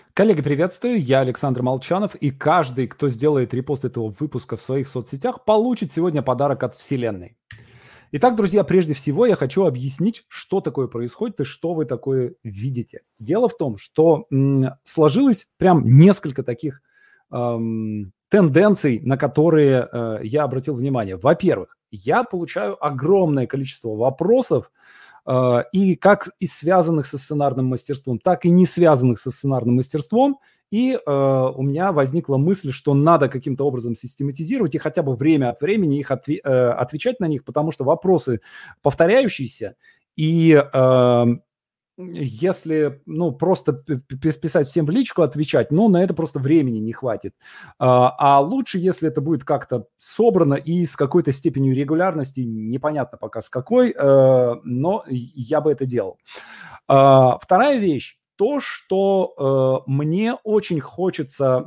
Коллеги, приветствую, я Александр Молчанов, и каждый, кто сделает репост этого выпуска в своих соцсетях, получит сегодня подарок от Вселенной. Итак, друзья, прежде всего я хочу объяснить, что такое происходит и что вы такое видите. Дело в том, что сложилось прям несколько таких тенденций, на которые я обратил внимание. Во-первых, я получаю огромное количество вопросов, и как и связанных со сценарным мастерством, так и не связанных со сценарным мастерством. И у меня возникла мысль, что надо каким-то образом систематизировать и хотя бы время от времени их отвечать на них, потому что вопросы повторяющиеся, и если, просто писать всем в личку, отвечать, на это просто времени не хватит. А лучше, если это будет как-то собрано и с какой-то степенью регулярности, непонятно пока с какой, но я бы это делал. Вторая вещь, то, что мне очень хочется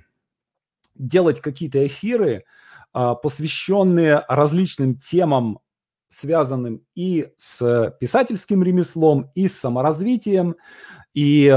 делать какие-то эфиры, посвященные различным темам, связанным и с писательским ремеслом, и с саморазвитием, и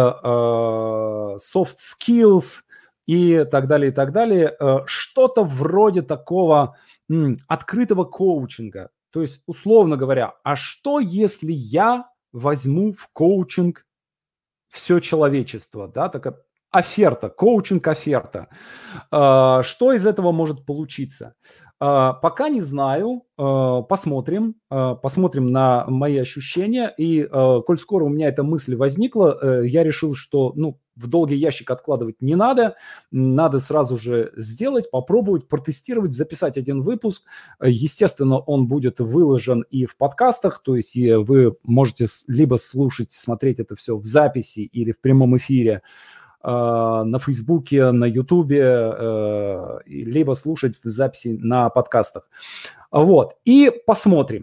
soft skills, и так далее, и так далее. Что-то вроде такого открытого коучинга. То есть, условно говоря, а что, если я возьму в коучинг все человечество, да, такая оферта, коучинг-оферта. Что из этого может получиться? Пока не знаю, посмотрим на мои ощущения. И коль скоро у меня эта мысль возникла, я решил, что в долгий ящик откладывать не надо, надо сразу же сделать, попробовать, протестировать, записать один выпуск. Естественно, он будет выложен и в подкастах, то есть вы можете либо слушать, смотреть это все в записи или в прямом эфире, на Фейсбуке, на Ютубе, либо слушать в записи на подкастах. Вот. И посмотрим.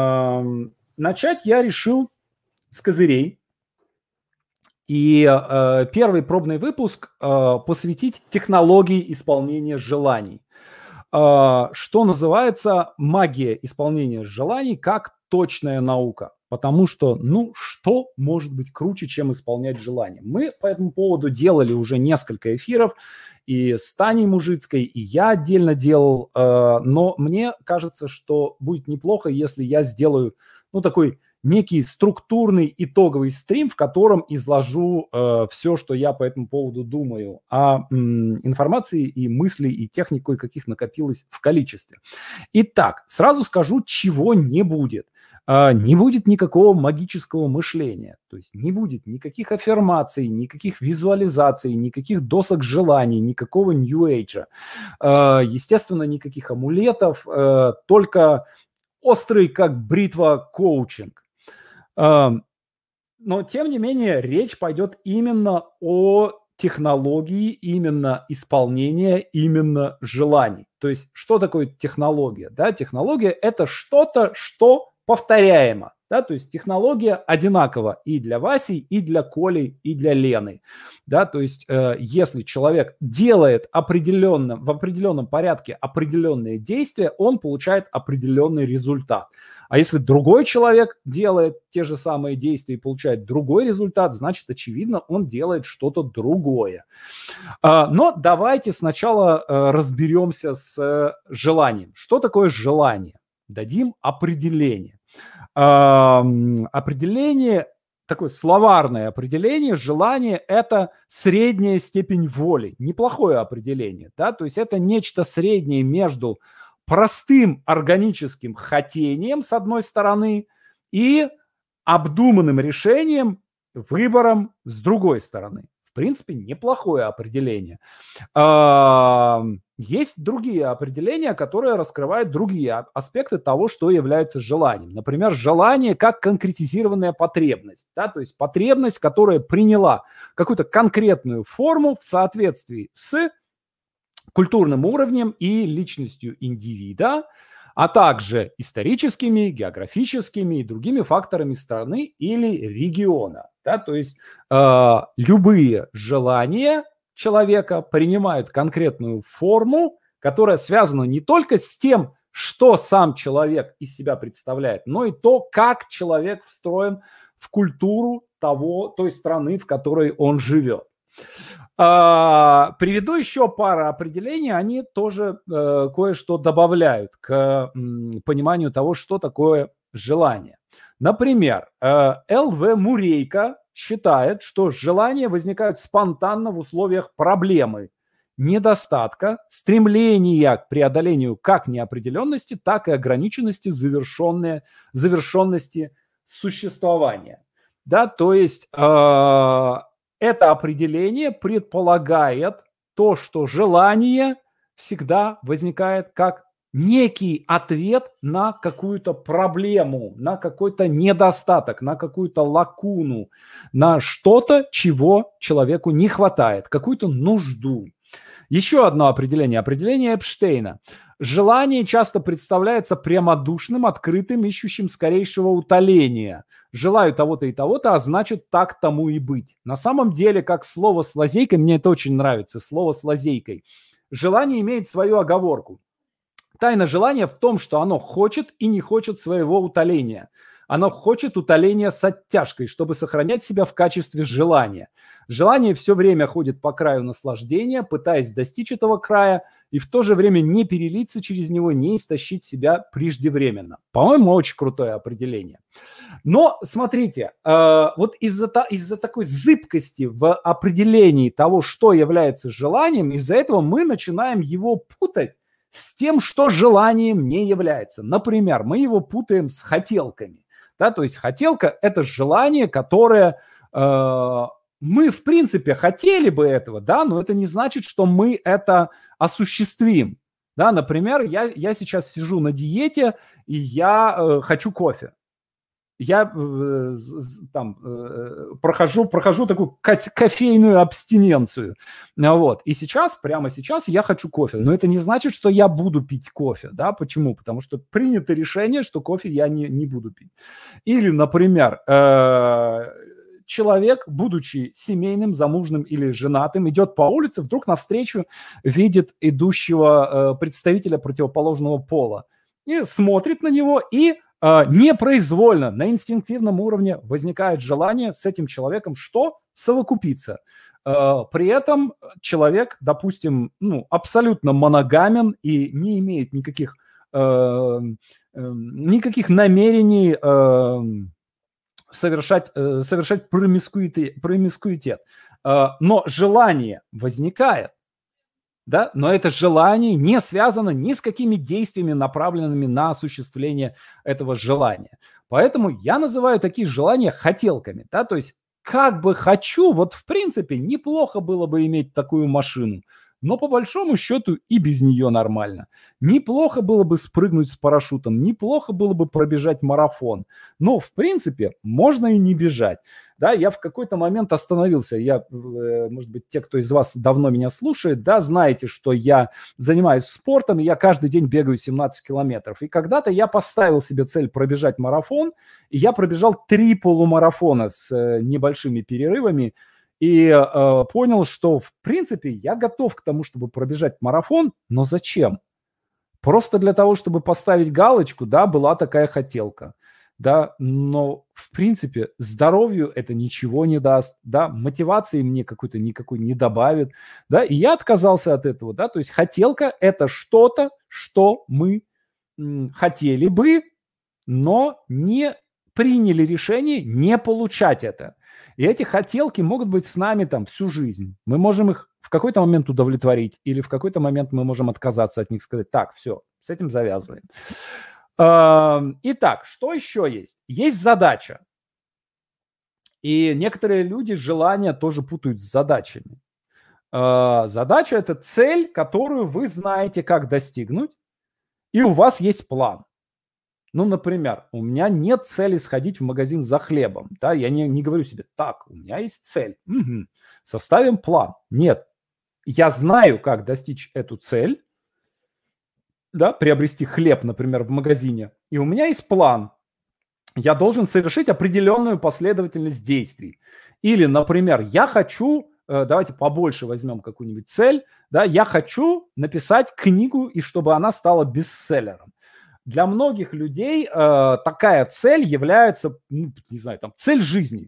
Начать я решил с козырей. И первый пробный выпуск посвятить технологии исполнения желаний. Что называется магия исполнения желаний как точная наука. Потому что, что может быть круче, чем исполнять желания? Мы по этому поводу делали уже несколько эфиров, и с Таней Мужицкой, и я отдельно делал, но мне кажется, что будет неплохо, если я сделаю, такой некий структурный итоговый стрим, в котором изложу все, что я по этому поводу думаю. А информации и мыслей, и техник кое-каких накопилось в количестве. Итак, сразу скажу, чего не будет. Не будет никакого магического мышления, то есть не будет никаких аффирмаций, никаких визуализаций, никаких досок желаний, никакого New Age. Естественно, никаких амулетов, только острый, как бритва, коучинг. Но, тем не менее, речь пойдет именно о технологии, именно исполнения, именно желаний. То есть, что такое технология? Да, технология – это что-то, что повторяемо. Да, то есть технология одинакова и для Васи, и для Коли, и для Лены. Да, то есть если человек делает в определенном порядке определенные действия, он получает определенный результат. А если другой человек делает те же самые действия и получает другой результат, значит, очевидно, он делает что-то другое. Но давайте сначала разберемся с желанием. Что такое желание? Дадим определение. Определение, такое словарное определение, желание – это средняя степень воли. Неплохое определение, да, то есть это нечто среднее между простым органическим хотением, с одной стороны, и обдуманным решением, выбором, с другой стороны. В принципе, неплохое определение. Есть другие определения, которые раскрывают другие аспекты того, что является желанием. Например, желание как конкретизированная потребность. Да? То есть потребность, которая приняла какую-то конкретную форму в соответствии с культурным уровнем и личностью индивида, а также историческими, географическими и другими факторами страны или региона. Да? То есть любые желания человека принимают конкретную форму, которая связана не только с тем, что сам человек из себя представляет, но и то, как человек встроен в культуру той страны, в которой он живет. Приведу еще пару определений, они тоже кое-что добавляют к пониманию того, что такое желание. Например, Л.В. Мурейко считает, что желания возникают спонтанно в условиях проблемы, недостатка, стремления к преодолению как неопределенности, так и ограниченности, завершенности существования. Да, то есть это определение предполагает то, что желание всегда возникает как некий ответ на какую-то проблему, на какой-то недостаток, на какую-то лакуну, на что-то, чего человеку не хватает, какую-то нужду. Еще одно определение Эпштейна. Желание часто представляется прямодушным, открытым, ищущим скорейшего утоления. Желаю того-то и того-то, а значит, так тому и быть. На самом деле, как слово с лазейкой, мне это очень нравится, слово с лазейкой. Желание имеет свою оговорку. Тайна желания в том, что оно хочет и не хочет своего утоления. Оно хочет утоления с оттяжкой, чтобы сохранять себя в качестве желания. Желание все время ходит по краю наслаждения, пытаясь достичь этого края, и в то же время не перелиться через него, не истощить себя преждевременно. По-моему, очень крутое определение. Но смотрите, вот из-за такой зыбкости в определении того, что является желанием, из-за этого мы начинаем его путать с тем, что желанием не является. Например, мы его путаем с хотелками. Да? То есть хотелка – это желание, которое мы, в принципе, хотели бы этого, да, но это не значит, что мы это осуществим. Да? Например, я сейчас сижу на диете, и я хочу кофе. Я прохожу такую кофейную абстиненцию. Вот. И прямо сейчас я хочу кофе. Но это не значит, что я буду пить кофе. Да? Почему? Потому что принято решение, что кофе я не буду пить. Или, например, человек, будучи семейным, замужним или женатым, идет по улице, вдруг навстречу видит идущего представителя противоположного пола. И смотрит на него, и непроизвольно, на инстинктивном уровне возникает желание с этим человеком что? Совокупиться. При этом человек, допустим, абсолютно моногамен и не имеет никаких намерений совершать промискуитет. Но желание возникает. Да? Но это желание не связано ни с какими действиями, направленными на осуществление этого желания. Поэтому я называю такие желания хотелками. Да? То есть как бы хочу, вот в принципе неплохо было бы иметь такую машину, но по большому счету и без нее нормально. Неплохо было бы спрыгнуть с парашютом, неплохо было бы пробежать марафон. Но в принципе можно и не бежать. Да, я в какой-то момент остановился. Может быть, те, кто из вас давно меня слушает, да, знаете, что я занимаюсь спортом, и я каждый день бегаю 17 километров. И когда-то я поставил себе цель пробежать марафон, и я пробежал 3 полумарафона с небольшими перерывами, и понял, что, в принципе, я готов к тому, чтобы пробежать марафон, но зачем? Просто для того, чтобы поставить галочку, да, была такая хотелка. Да, но, в принципе, здоровью это ничего не даст, да, мотивации мне какой-то никакой не добавит, да, и я отказался от этого, да, то есть хотелка – это что-то, что мы хотели бы, но не приняли решение не получать это. И эти хотелки могут быть с нами там всю жизнь. Мы можем их в какой-то момент удовлетворить, или в какой-то момент мы можем отказаться от них, сказать, так, все, с этим завязываем. Итак, что еще есть? Есть задача. И некоторые люди желания тоже путают с задачами. Задача – это цель, которую вы знаете, как достигнуть, и у вас есть план. Ну, например, у меня нет цели сходить в магазин за хлебом. Да? Я не говорю себе, так, у меня есть цель. Угу. Составим план. Нет. Я знаю, как достичь эту цель. Да, приобрести хлеб, например, в магазине. И у меня есть план. Я должен совершить определенную последовательность действий. Или, например, я хочу, давайте побольше возьмем какую-нибудь цель, да, я хочу написать книгу, и чтобы она стала бестселлером. Для многих людей такая цель является, не знаю, там, цель жизни.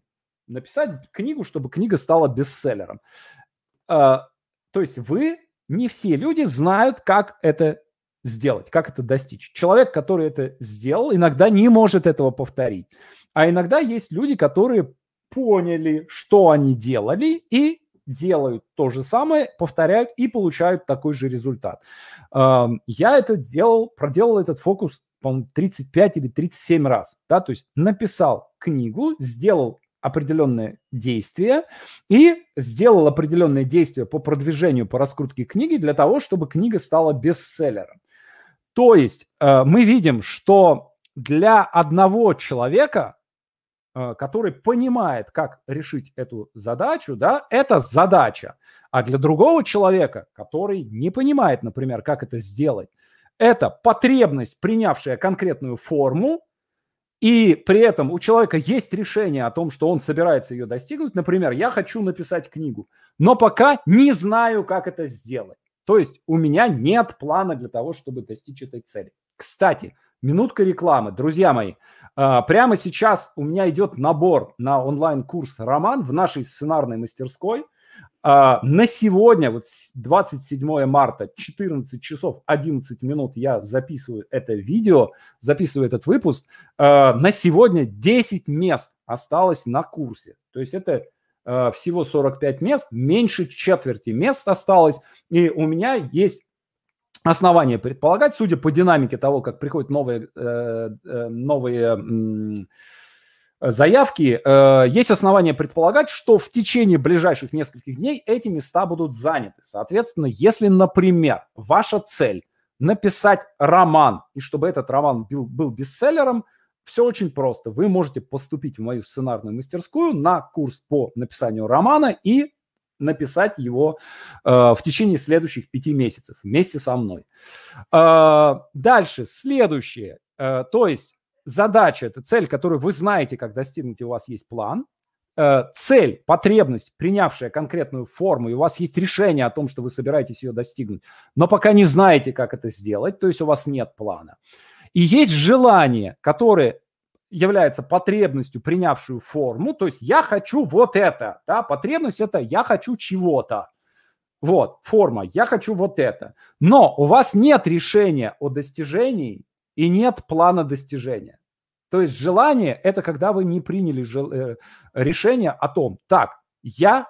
написать книгу, чтобы книга стала бестселлером. То есть не все люди знают, как это сделать, как это достичь. Человек, который это сделал, иногда не может этого повторить. А иногда есть люди, которые поняли, что они делали, и делают то же самое, повторяют и получают такой же результат. Я проделал этот фокус, по-моему, 35 или 37 раз. Да? То есть написал книгу, сделал определенное действие и сделал определенные действия по продвижению, по раскрутке книги для того, чтобы книга стала бестселлером. То есть мы видим, что для одного человека, который понимает, как решить эту задачу, да, это задача. А для другого человека, который не понимает, например, как это сделать, это потребность, принявшая конкретную форму, и при этом у человека есть решение о том, что он собирается ее достигнуть. Например, я хочу написать книгу, но пока не знаю, как это сделать. То есть у меня нет плана для того, чтобы достичь этой цели. Кстати, минутка рекламы. Друзья мои, прямо сейчас у меня идет набор на онлайн-курс «Роман» в нашей сценарной мастерской. На сегодня, вот 27 марта, 14 часов 11 минут я записываю это видео, записываю этот выпуск. На сегодня 10 мест осталось на курсе. То есть это всего 45 мест, меньше четверти мест осталось. И у меня есть основания предполагать, судя по динамике того, как приходят новые заявки, есть основания предполагать, что в течение ближайших нескольких дней эти места будут заняты. Соответственно, если, например, ваша цель написать роман, и чтобы этот роман был бестселлером, все очень просто. Вы можете поступить в мою сценарную мастерскую на курс по написанию романа и написать его в течение следующих 5 месяцев вместе со мной. Дальше, следующее. То есть задача – это цель, которую вы знаете, как достигнуть, и у вас есть план. Цель, потребность, принявшая конкретную форму, и у вас есть решение о том, что вы собираетесь ее достигнуть, но пока не знаете, как это сделать, то есть у вас нет плана. И есть желание, которое является потребностью, принявшую форму, то есть я хочу вот это, да, потребность – это я хочу чего-то. Вот, форма, я хочу вот это. Но у вас нет решения о достижении и нет плана достижения. То есть желание – это когда вы не приняли решение о том, так, я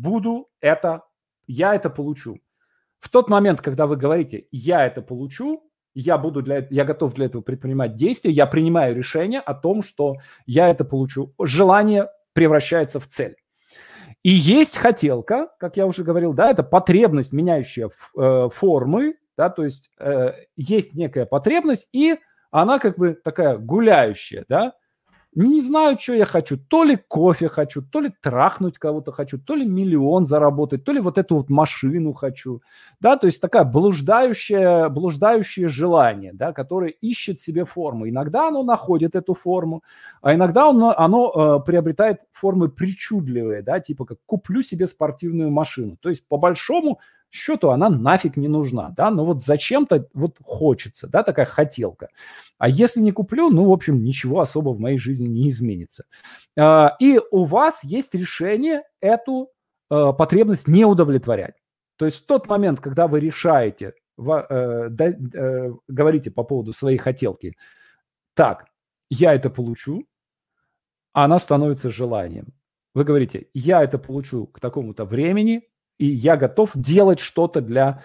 это получу. В тот момент, когда вы говорите, я это получу, я готов для этого предпринимать действия, я принимаю решение о том, что я это получу. Желание превращается в цель. И есть хотелка, как я уже говорил, да, это потребность, меняющая формы, да, то есть есть некая потребность, и она как бы такая гуляющая, да. Не знаю, что я хочу. То ли кофе хочу, то ли трахнуть кого-то хочу, то ли миллион заработать, то ли вот эту вот машину хочу. Да, то есть такая блуждающее желание, да, которое ищет себе форму. Иногда оно находит эту форму, а иногда оно приобретает формы причудливые, да, типа как куплю себе спортивную машину. То есть по большому счету она нафиг не нужна, да, но вот зачем-то вот хочется, да, такая хотелка. А если не куплю, ну, в общем, ничего особо в моей жизни не изменится. И у вас есть решение эту потребность не удовлетворять. То есть в тот момент, когда вы решаете, говорите по поводу своей хотелки, так, я это получу, она становится желанием. Вы говорите, я это получу к такому-то времени, и я готов делать что-то для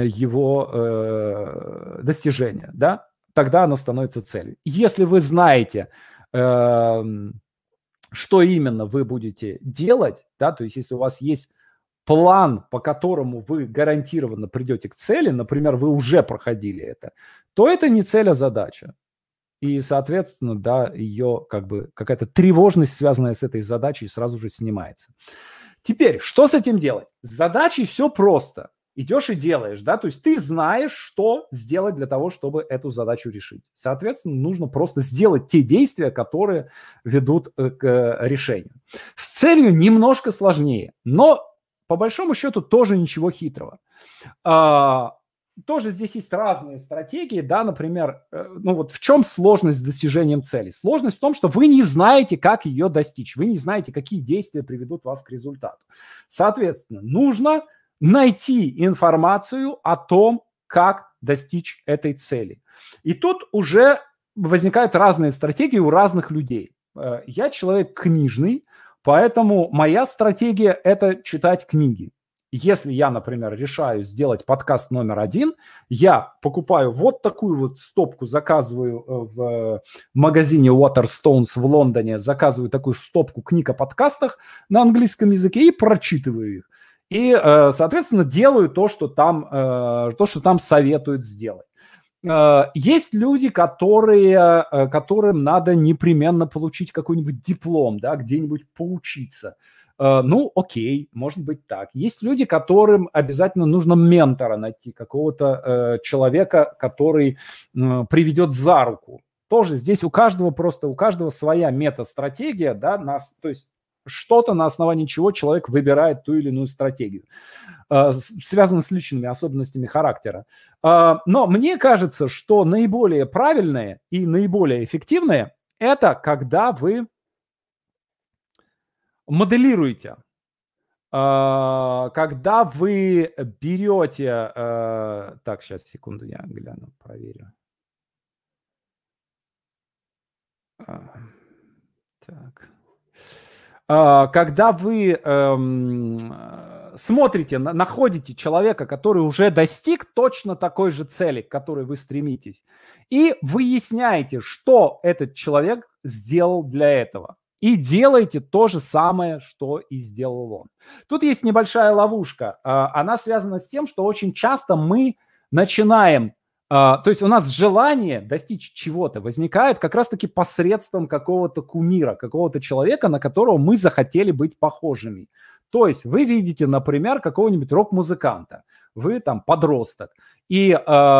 его достижения, да? Тогда оно становится целью. Если вы знаете, что именно вы будете делать, да, то есть если у вас есть план, по которому вы гарантированно придете к цели, например, вы уже проходили это, то это не цель, а задача. И, соответственно, да, ее как бы какая-то тревожность, связанная с этой задачей, сразу же снимается. Теперь, что с этим делать? С задачей все просто. Идешь и делаешь, да, то есть ты знаешь, что сделать для того, чтобы эту задачу решить. Соответственно, нужно просто сделать те действия, которые ведут к решению. С целью немножко сложнее, но по большому счету тоже ничего хитрого. тоже здесь есть разные стратегии, да, например, ну вот в чем сложность с достижением цели? Сложность в том, что вы не знаете, как ее достичь, вы не знаете, какие действия приведут вас к результату. Соответственно, нужно найти информацию о том, как достичь этой цели. И тут уже возникают разные стратегии у разных людей. Я человек книжный, поэтому моя стратегия – это читать книги. Если я, например, решаю сделать подкаст номер 1, я покупаю вот такую вот стопку, заказываю в магазине Waterstones в Лондоне, заказываю такую стопку книг о подкастах на английском языке и прочитываю их. И, соответственно, делаю то, что там советуют сделать. Есть люди, которым надо непременно получить какой-нибудь диплом, да, где-нибудь поучиться. Ну, окей, может быть так. Есть люди, которым обязательно нужно ментора найти, какого-то человека, который приведет за руку. Тоже здесь у каждого своя мета-стратегия, да, то есть что-то, на основании чего человек выбирает ту или иную стратегию, связано с личными особенностями характера. Но мне кажется, что наиболее правильное и наиболее эффективное – это когда вы моделируете, когда вы берете… Так, сейчас, секунду, я гляну, проверю. Так. Когда вы смотрите, находите человека, который уже достиг точно такой же цели, к которой вы стремитесь, и выясняете, что этот человек сделал для этого. И делаете то же самое, что и сделал он. Тут есть небольшая ловушка. Она связана с тем, что очень часто мы начинаем, то есть у нас желание достичь чего-то возникает как раз-таки посредством какого-то кумира, какого-то человека, на которого мы захотели быть похожими. То есть вы видите, например, какого-нибудь рок-музыканта, вы там подросток, и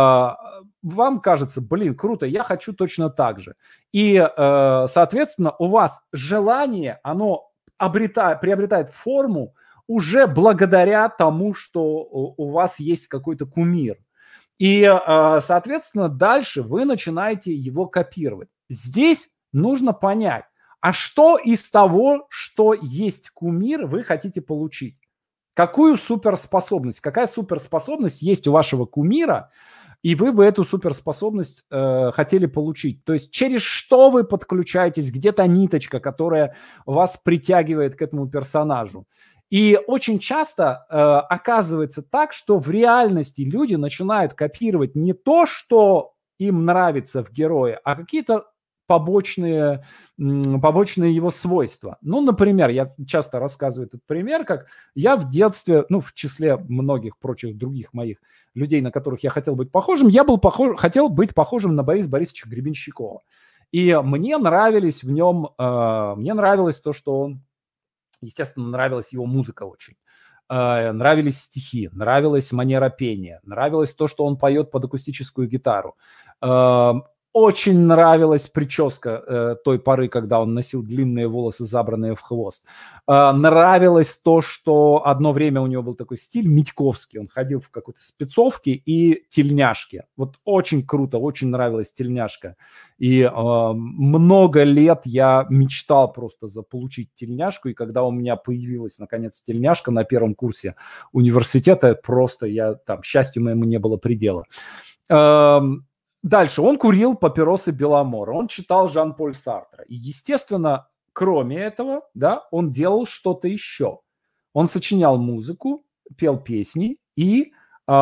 вам кажется, блин, круто, я хочу точно так же. И, соответственно, у вас желание, оно приобретает форму уже благодаря тому, что у вас есть какой-то кумир. И, соответственно, дальше вы начинаете его копировать. Здесь нужно понять, а что из того, что есть кумир, вы хотите получить? Какую суперспособность? Какая суперспособность есть у вашего кумира, и вы бы эту суперспособность хотели получить? То есть через что вы подключаетесь? Где-то ниточка, которая вас притягивает к этому персонажу. И очень часто оказывается так, что в реальности люди начинают копировать не то, что им нравится в герое, а какие-то побочные его свойства. Ну, например, я часто рассказываю этот пример, как я в детстве, ну, в числе многих прочих других моих людей, на которых я хотел быть похожим, хотел быть похожим на Бориса Борисовича Гребенщикова. И мне нравилось то, что он, естественно, нравилась его музыка очень. Нравились стихи, нравилась манера пения, нравилось то, что он поет под акустическую гитару. Очень нравилась прическа той поры, когда он носил длинные волосы, забранные в хвост. Нравилось то, что одно время у него был такой стиль митьковский. Он ходил в какой-то спецовке и тельняшке. Вот очень круто, очень нравилась тельняшка. И много лет я мечтал просто заполучить тельняшку. И когда у меня появилась, наконец, тельняшка на первом курсе университета, просто счастью моему не было предела. Дальше. Он курил папиросы Беломора, он читал Жан-Поль Сартра. И, естественно, кроме этого, да, он делал что-то еще. Он сочинял музыку, пел песни и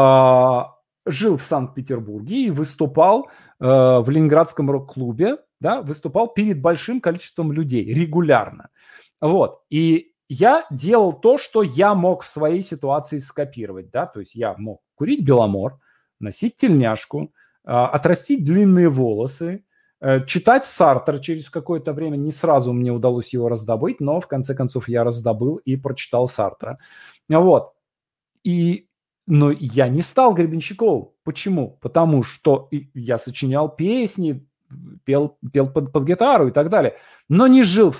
жил в Санкт-Петербурге и выступал в Ленинградском рок-клубе, да, выступал перед большим количеством людей регулярно. Вот. И я делал то, что я мог в своей ситуации скопировать, да, то есть я мог курить Беломор, носить тельняшку, отрастить длинные волосы, читать Сартра через какое-то время. Не сразу мне удалось его раздобыть, но в конце концов я раздобыл и прочитал Сартра. Вот. Но я не стал Гребенщиковым. Почему? Потому что я сочинял песни, пел под гитару и так далее, но не жил в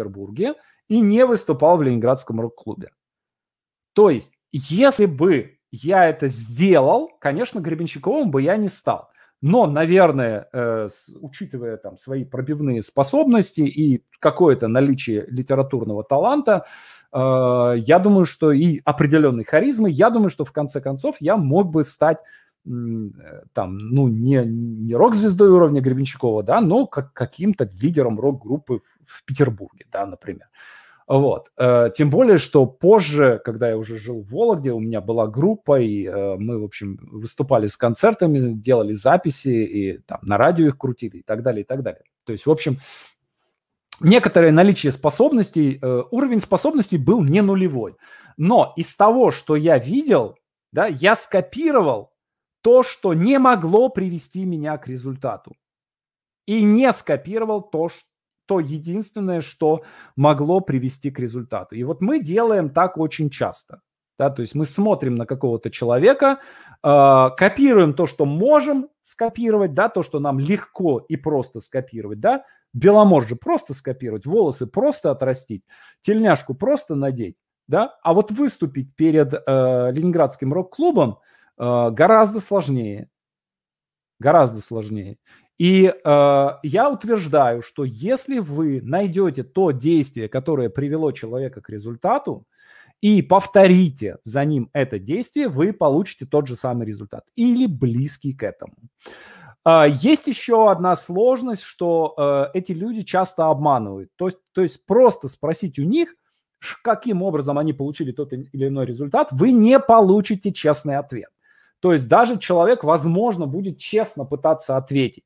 Санкт-Петербурге и не выступал в Ленинградском рок-клубе. То есть, если бы я это сделал, конечно, Гребенщиковым бы я не стал. Но, наверное, учитывая там свои пробивные способности и какое-то наличие литературного таланта, я думаю, что и определенной харизмы, я думаю, что в конце концов я мог бы стать там, ну, не рок-звездой уровня Гребенщикова, да, но каким-то лидером рок-группы в Петербурге, да, например. Вот. Тем более, что позже, когда я уже жил в Вологде, у меня была группа, и мы, в общем, выступали с концертами, делали записи, и там на радио их крутили, и так далее, и так далее. То есть, в общем, некоторое наличие способностей, уровень способностей был не нулевой. Но из того, что я видел, да, я скопировал то, что не могло привести меня к результату. И не скопировал то единственное, что могло привести к результату. И вот мы делаем так очень часто. Да? То есть мы смотрим на какого-то человека, копируем то, что можем скопировать, да, то, что нам легко и просто скопировать. Да? Беломор же просто скопировать, волосы просто отрастить, тельняшку просто надеть. Да? А вот выступить перед Ленинградским рок-клубом гораздо сложнее. Гораздо сложнее. И я утверждаю, что если вы найдете то действие, которое привело человека к результату, и повторите за ним это действие, вы получите тот же самый результат или близкий к этому. Есть еще одна сложность, что эти люди часто обманывают. То есть просто спросить у них, каким образом они получили тот или иной результат, вы не получите честный ответ. То есть даже человек, возможно, будет честно пытаться ответить.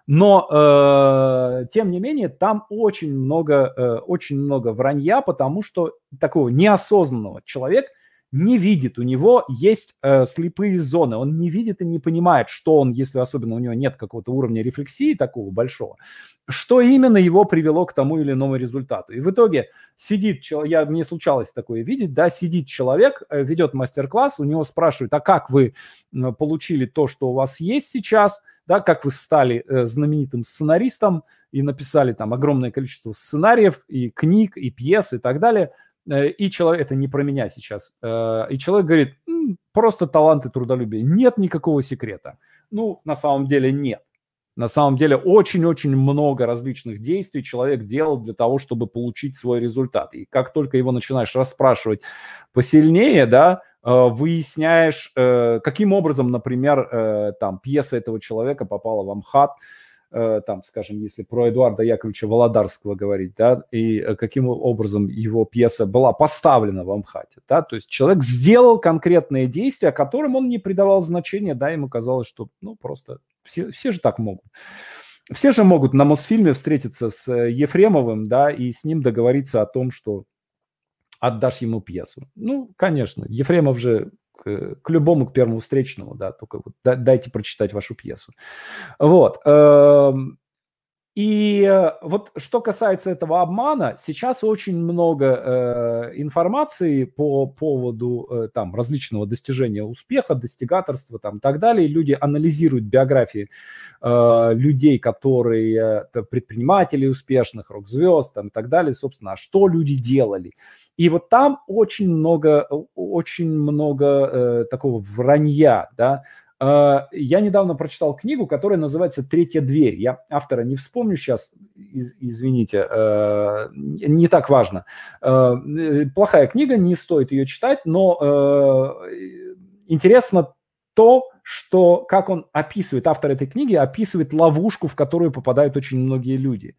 Но, тем не менее, там очень много вранья, потому что такого неосознанного человек не видит. У него есть слепые зоны. Он не видит и не понимает, что он, если особенно у него нет какого-то уровня рефлексии такого большого, что именно его привело к тому или иному результату. И в итоге сидит человек, мне случалось такое видеть, да, сидит человек, ведет мастер-класс, у него спрашивают, а как вы получили то, что у вас есть сейчас, да, как вы стали знаменитым сценаристом и написали там огромное количество сценариев и книг, и пьес, и так далее. И человек, это не про меня сейчас, и человек говорит, просто талант и трудолюбие. Нет никакого секрета. Ну, на самом деле нет. На самом деле очень-очень много различных действий человек делал для того, чтобы получить свой результат. И как только его начинаешь расспрашивать посильнее, да, выясняешь, каким образом, например, там пьеса этого человека попала в МХАТ, там, скажем, если про Эдуарда Яковлевича Володарского говорить, да, и каким образом его пьеса была поставлена в МХАТе, да, то есть человек сделал конкретные действия, которым он не придавал значения, да, ему казалось, что, ну, просто все же так могут. Все же могут на Мосфильме встретиться с Ефремовым, да, и с ним договориться о том, что отдашь ему пьесу. Ну, конечно, Ефремов же к любому, к первому встречному, да, только вот дайте прочитать вашу пьесу. Вот. И вот что касается этого обмана, сейчас очень много информации по поводу там различного достижения успеха, достигаторства там и так далее. Люди анализируют биографии людей, которые предприниматели успешных, рок-звезд там и так далее, собственно, а что люди делали. И вот там очень много такого вранья, да. Я недавно прочитал книгу, которая называется «Третья дверь». Я автора не вспомню сейчас, извините, не так важно. Плохая книга, не стоит ее читать, но интересно то, что, как он описывает, автор этой книги описывает ловушку, в которую попадают очень многие люди.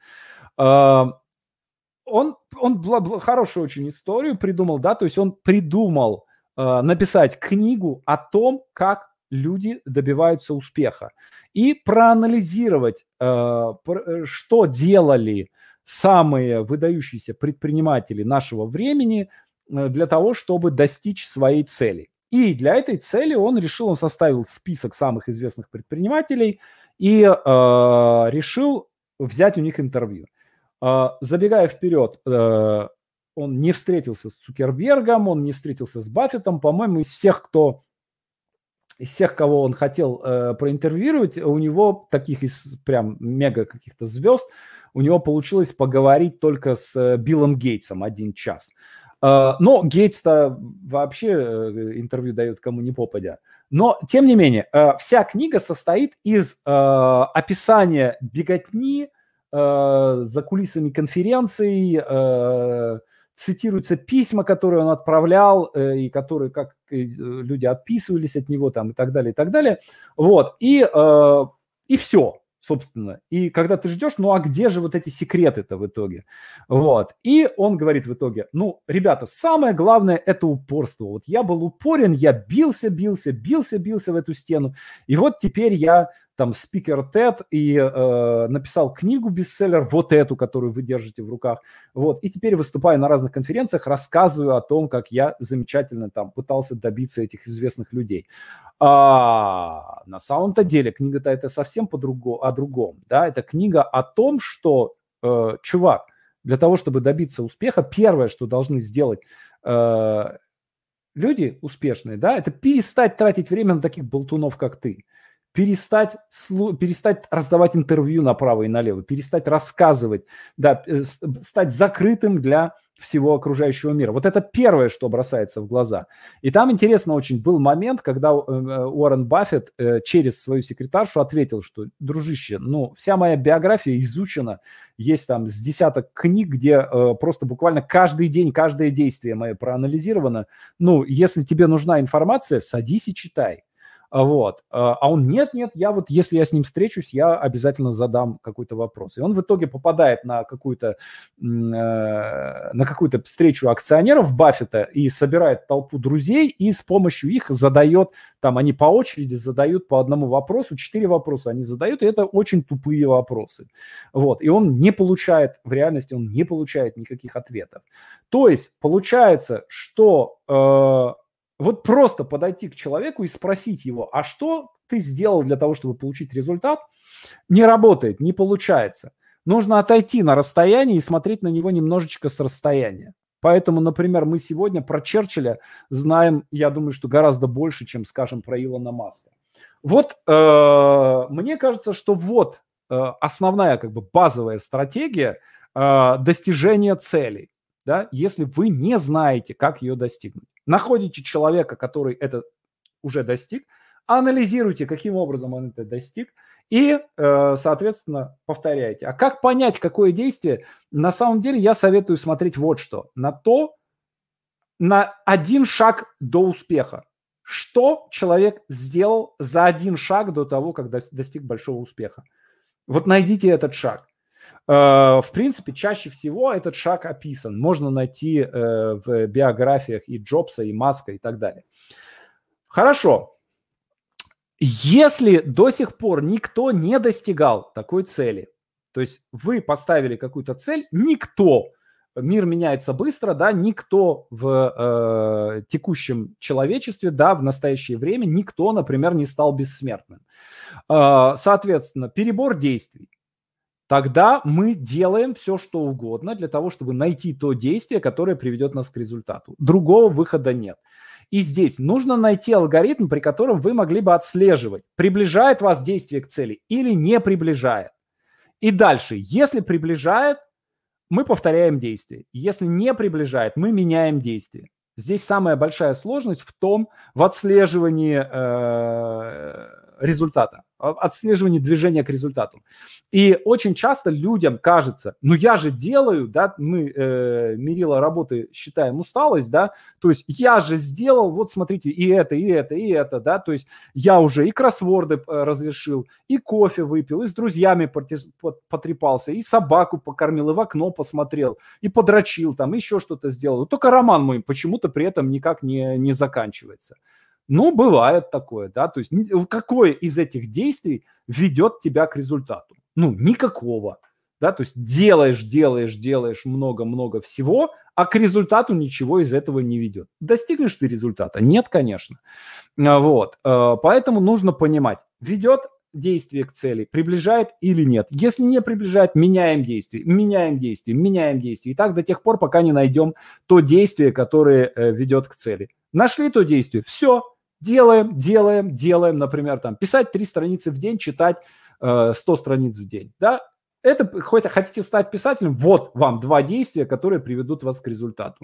Он хорошую очень историю придумал, да, то есть он придумал написать книгу о том, как люди добиваются успеха, и проанализировать, что делали самые выдающиеся предприниматели нашего времени для того, чтобы достичь своей цели. И для этой цели он составил список самых известных предпринимателей и решил взять у них интервью. Забегая вперед, он не встретился с Цукербергом, он не встретился с Баффетом, по-моему, из всех, кого он хотел проинтервьюировать, у него таких из прям мега каких-то звезд, у него получилось поговорить только с Биллом Гейтсом 1 час. Но Гейтс-то вообще интервью дает кому ни попадя. Но, тем не менее, вся книга состоит из описания беготни за кулисами конференций, цитируются письма, которые он отправлял, и которые, как люди отписывались от него там, и так далее, и так далее. Вот. И все, собственно. И когда ты ждешь, ну а где же вот эти секреты-то в итоге? Вот. И он говорит в итоге, ну, ребята, самое главное – это упорство. Вот я был упорен, я бился в эту стену. И вот теперь я там спикер TED и написал книгу-бестселлер, вот эту, которую вы держите в руках. Вот. И теперь выступаю на разных конференциях, рассказываю о том, как я замечательно там пытался добиться этих известных людей. А на самом-то деле книга-то это совсем о другом. Да? Это книга о том, что, чувак, для того, чтобы добиться успеха, первое, что должны сделать люди успешные, да, это перестать тратить время на таких болтунов, как ты. Перестать раздавать интервью направо и налево, перестать рассказывать, да, стать закрытым для всего окружающего мира. Вот это первое, что бросается в глаза. И там интересно очень был момент, когда Уоррен Баффет через свою секретаршу ответил, что, дружище, ну, вся моя биография изучена, есть там с десяток книг, где просто буквально каждый день, каждое действие мое проанализировано. Ну, если тебе нужна информация, садись и читай. Вот. А он, нет, я вот, если я с ним встречусь, я обязательно задам какой-то вопрос. И он в итоге попадает на какую-то встречу акционеров Баффета и собирает толпу друзей, и с помощью их задает, там они по очереди задают по одному вопросу, 4 вопроса они задают, и это очень тупые вопросы. Вот. И он не получает, в реальности он не получает никаких ответов. То есть получается, что... Вот просто подойти к человеку и спросить его, а что ты сделал для того, чтобы получить результат, не работает, не получается. Нужно отойти на расстояние и смотреть на него немножечко с расстояния. Поэтому, например, мы сегодня про Черчилля знаем, я думаю, что гораздо больше, чем, скажем, про Илона Маска. Вот мне кажется, что вот основная как бы базовая стратегия достижения целей. Да, если вы не знаете, как ее достигнуть. Находите человека, который это уже достиг, анализируйте, каким образом он это достиг, и, соответственно, повторяйте. А как понять, какое действие? На самом деле я советую смотреть вот что. На один шаг до успеха. Что человек сделал за один шаг до того, как достиг большого успеха? Вот найдите этот шаг. В принципе, чаще всего этот шаг описан. Можно найти в биографиях и Джобса, и Маска, и так далее. Хорошо. Если до сих пор никто не достигал такой цели, то есть вы поставили какую-то цель, мир меняется быстро, да, никто в текущем человечестве, да, в настоящее время, никто, например, не стал бессмертным. Соответственно, перебор действий. Тогда мы делаем все, что угодно для того, чтобы найти то действие, которое приведет нас к результату. Другого выхода нет. И здесь нужно найти алгоритм, при котором вы могли бы отслеживать, приближает вас действие к цели или не приближает. И дальше, если приближает, мы повторяем действие. Если не приближает, мы меняем действие. Здесь самая большая сложность в отслеживании результата, отслеживании движения к результату. И очень часто людям кажется, ну я же делаю, да, мы мерило работы считаем усталость, да, то есть я же сделал, вот смотрите, и это, да, то есть я уже и кроссворды разрешил, и кофе выпил, и с друзьями потрепался, и собаку покормил, и в окно посмотрел, и подрочил там, еще что-то сделал. Только роман мой почему-то при этом никак не заканчивается. Ну, бывает такое, да, то есть какое из этих действий ведет тебя к результату? Ну, никакого, да, то есть делаешь много-много всего, а к результату ничего из этого не ведет. Достигнешь ты результата? Нет, конечно. Вот, поэтому нужно понимать, ведет действие к цели, приближает или нет. Если не приближает, меняем действие. И так до тех пор, пока не найдем то действие, которое ведет к цели. Нашли то действие, все, делаем, например, там, писать 3 страницы в день, читать 100 страниц в день, да, Это, хоть хотите стать писателем, вот вам 2 действия, которые приведут вас к результату.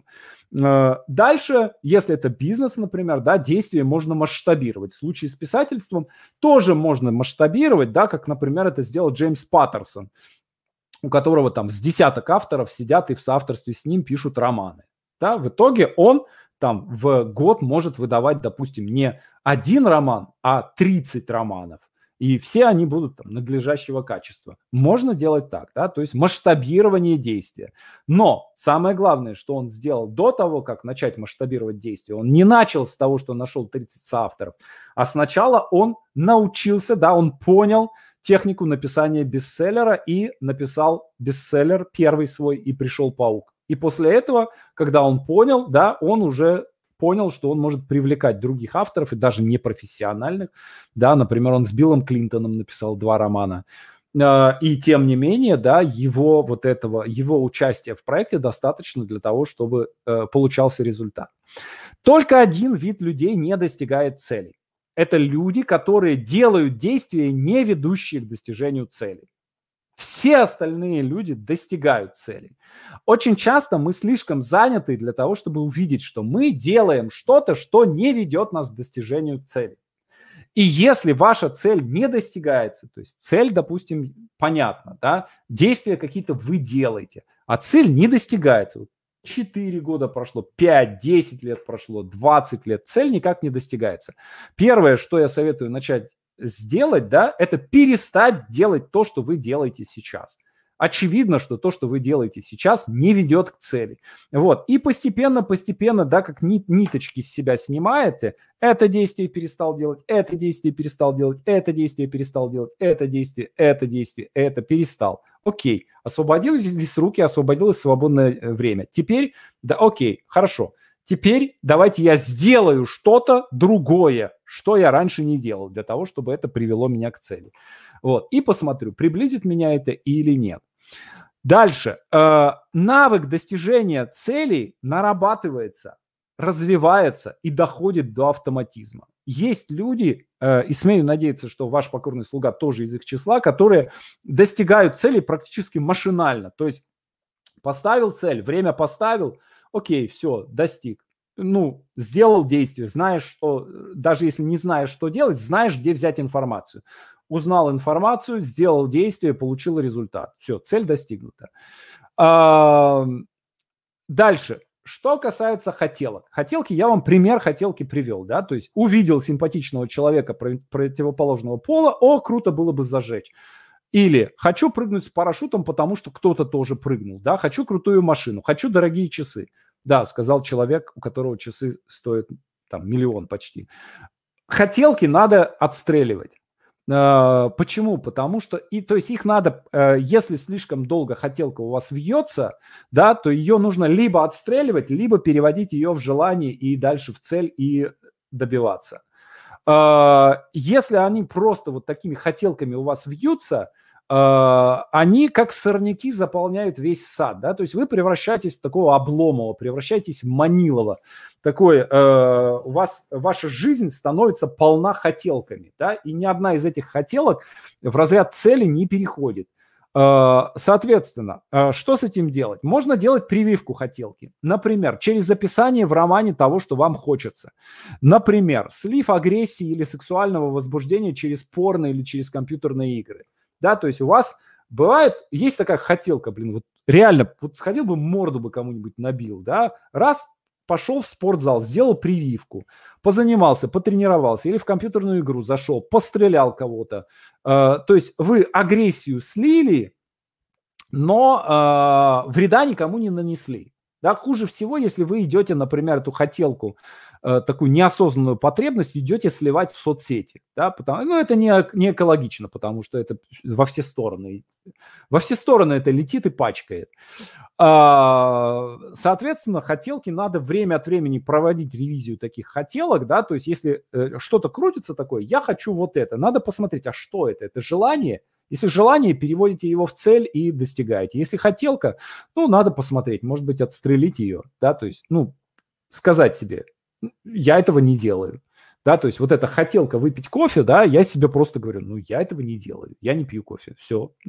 Дальше, если это бизнес, например, да, действие можно масштабировать. В случае с писательством тоже можно масштабировать, да, как, например, это сделал Джеймс Паттерсон, у которого там с десяток авторов сидят и в соавторстве с ним пишут романы. Да, в итоге он там в год может выдавать, допустим, не 1 роман, а 30 романов. И все они будут там надлежащего качества. Можно делать так, да, то есть масштабирование действия. Но самое главное, что он сделал до того, как начать масштабировать действие, он не начал с того, что нашел 30 соавторов, а сначала он научился, да, он понял технику написания бестселлера и написал бестселлер первый свой «И пришел паук». И после этого, когда он понял, да, он уже понял, что он может привлекать других авторов, и даже непрофессиональных. Да, например, он с Биллом Клинтоном написал 2 романа. И тем не менее, да, его участия в проекте достаточно для того, чтобы получался результат. Только один вид людей не достигает целей. Это люди, которые делают действия, не ведущие к достижению целей. Все остальные люди достигают целей. Очень часто мы слишком заняты для того, чтобы увидеть, что мы делаем что-то, что не ведет нас к достижению цели. И если ваша цель не достигается, то есть цель, допустим, понятна, да, действия какие-то вы делаете, а цель не достигается. 4 года прошло, 5, 10 лет прошло, 20 лет, цель никак не достигается. Первое, что я советую начать сделать, да, это перестать делать то, что вы делаете сейчас. Очевидно, что то, что вы делаете сейчас, не ведет к цели. Вот. И постепенно, да, как ниточки с себя снимаете, это действие перестал делать, это действие перестал делать, это действие перестал делать, это действие, это перестал. Окей, освободились руки, освободилось свободное время. Теперь, да, окей, хорошо. Теперь давайте я сделаю что-то другое, что я раньше не делал, для того, чтобы это привело меня к цели. Вот. И посмотрю, приблизит меня это или нет. Дальше. Навык достижения целей нарабатывается, развивается и доходит до автоматизма. Есть люди, и смею надеяться, что ваш покорный слуга тоже из их числа, которые достигают цели практически машинально. То есть поставил цель, время поставил, окей, все, достиг. Ну, сделал действие, знаешь, что, даже если не знаешь, что делать, знаешь, где взять информацию. Узнал информацию, сделал действие, получил результат. Все, цель достигнута. Дальше. Что касается хотелок. Хотелки, я вам пример хотелки привел, да, то есть увидел симпатичного человека противоположного пола, о, круто было бы зажечь. Или хочу прыгнуть с парашютом, потому что кто-то тоже прыгнул, да, хочу крутую машину, хочу дорогие часы. Да, сказал человек, у которого часы стоят там 1 миллион почти. Хотелки надо отстреливать. Почему? Потому что, то есть их надо, если слишком долго хотелка у вас вьется, да, то ее нужно либо отстреливать, либо переводить ее в желание и дальше в цель и добиваться. Если они просто вот такими хотелками у вас вьются, они как сорняки заполняют весь сад, да, то есть вы превращаетесь в такого Обломова, превращаетесь в Манилова, такой, у вас ваша жизнь становится полна хотелками, да, и ни одна из этих хотелок в разряд цели не переходит. Соответственно, что с этим делать? Можно делать прививку хотелки. Например, через описание в романе того, что вам хочется. Например, слив агрессии или сексуального возбуждения через порно или через компьютерные игры. Да, то есть у вас бывает, есть такая хотелка, блин, вот реально, вот сходил бы, морду бы кому-нибудь набил, да, раз, пошел в спортзал, сделал прививку, позанимался, потренировался, или в компьютерную игру зашел, пострелял кого-то. То есть вы агрессию слили, но вреда никому не нанесли. Да, хуже всего, если вы идете, например, эту хотелку, такую неосознанную потребность идете сливать в соцсети. Да, ну, это не экологично, потому что это во все стороны. Во все стороны это летит и пачкает. Соответственно, хотелки надо время от времени проводить ревизию таких хотелок. Да, то есть если что-то крутится такое, я хочу вот это. Надо посмотреть, а что это? Это желание? Если желание, переводите его в цель и достигаете. Если хотелка, ну, надо посмотреть, может быть, отстрелить ее, да, то есть, ну, сказать себе, я этого не делаю, да, то есть вот эта хотелка выпить кофе, да, я себе просто говорю, ну, я этого не делаю, я не пью кофе, все, ну,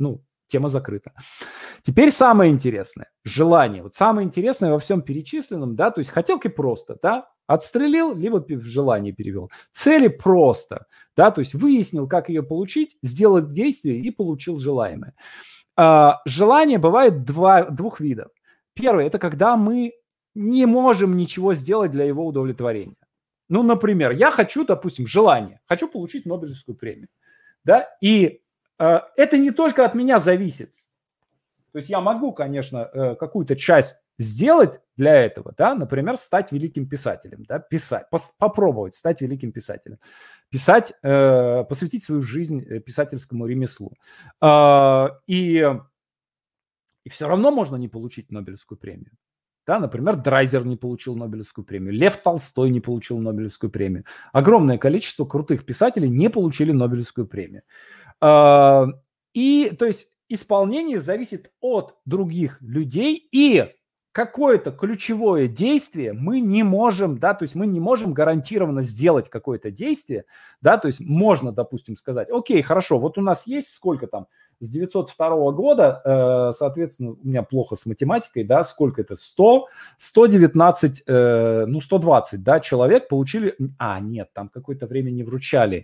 тема закрыта. Теперь самое интересное – желание. Вот самое интересное во всем перечисленном, да, то есть хотелки просто, да, отстрелил, либо в желание перевел. Цели просто, да, то есть выяснил, как ее получить, сделал действие и получил желаемое. Желание бывает двух видов. Первое – это когда мы не можем ничего сделать для его удовлетворения. Ну, например, я хочу, допустим, желание, хочу получить Нобелевскую премию, да, и это не только от меня зависит. То есть я могу, конечно, какую-то часть сделать для этого, да, например, стать великим писателем, да, писать, попробовать стать великим писателем, писать, посвятить свою жизнь писательскому ремеслу. И все равно можно не получить Нобелевскую премию. Да, например, Драйзер не получил Нобелевскую премию, Лев Толстой не получил Нобелевскую премию. Огромное количество крутых писателей не получили Нобелевскую премию. И, то есть, исполнение зависит от других людей, и какое-то ключевое действие мы не можем, да, то есть мы не можем гарантированно сделать какое-то действие, да, то есть можно, допустим, сказать, окей, хорошо, вот у нас есть сколько там, с 902 года, соответственно, у меня плохо с математикой, да, сколько это, 100, 119, 120, да, человек получили, нет, там какое-то время не вручали,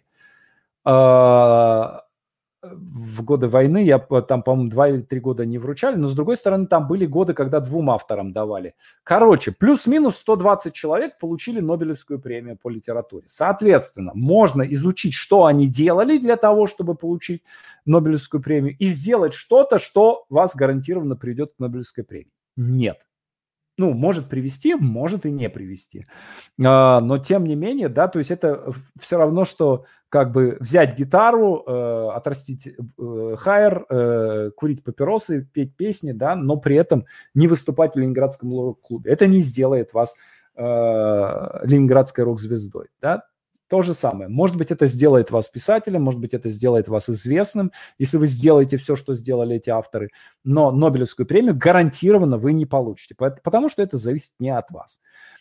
в годы войны, там, по-моему, 2 или 3 года не вручали, но, с другой стороны, там были годы, когда 2 авторам давали. Короче, плюс-минус 120 человек получили Нобелевскую премию по литературе. Соответственно, можно изучить, что они делали для того, чтобы получить Нобелевскую премию, и сделать что-то, что вас гарантированно приведет к Нобелевской премии. Нет. Ну, может привести, может и не привести. Но тем не менее, да, то есть это все равно, что как бы взять гитару, отрастить хайр, курить папиросы, петь песни, да, но при этом не выступать в Ленинградском рок-клубе. Это не сделает вас ленинградской рок-звездой, да. То же самое. Может быть, это сделает вас писателем, может быть, это сделает вас известным, если вы сделаете все, что сделали эти авторы, но Нобелевскую премию гарантированно вы не получите, потому что это зависит не от вас.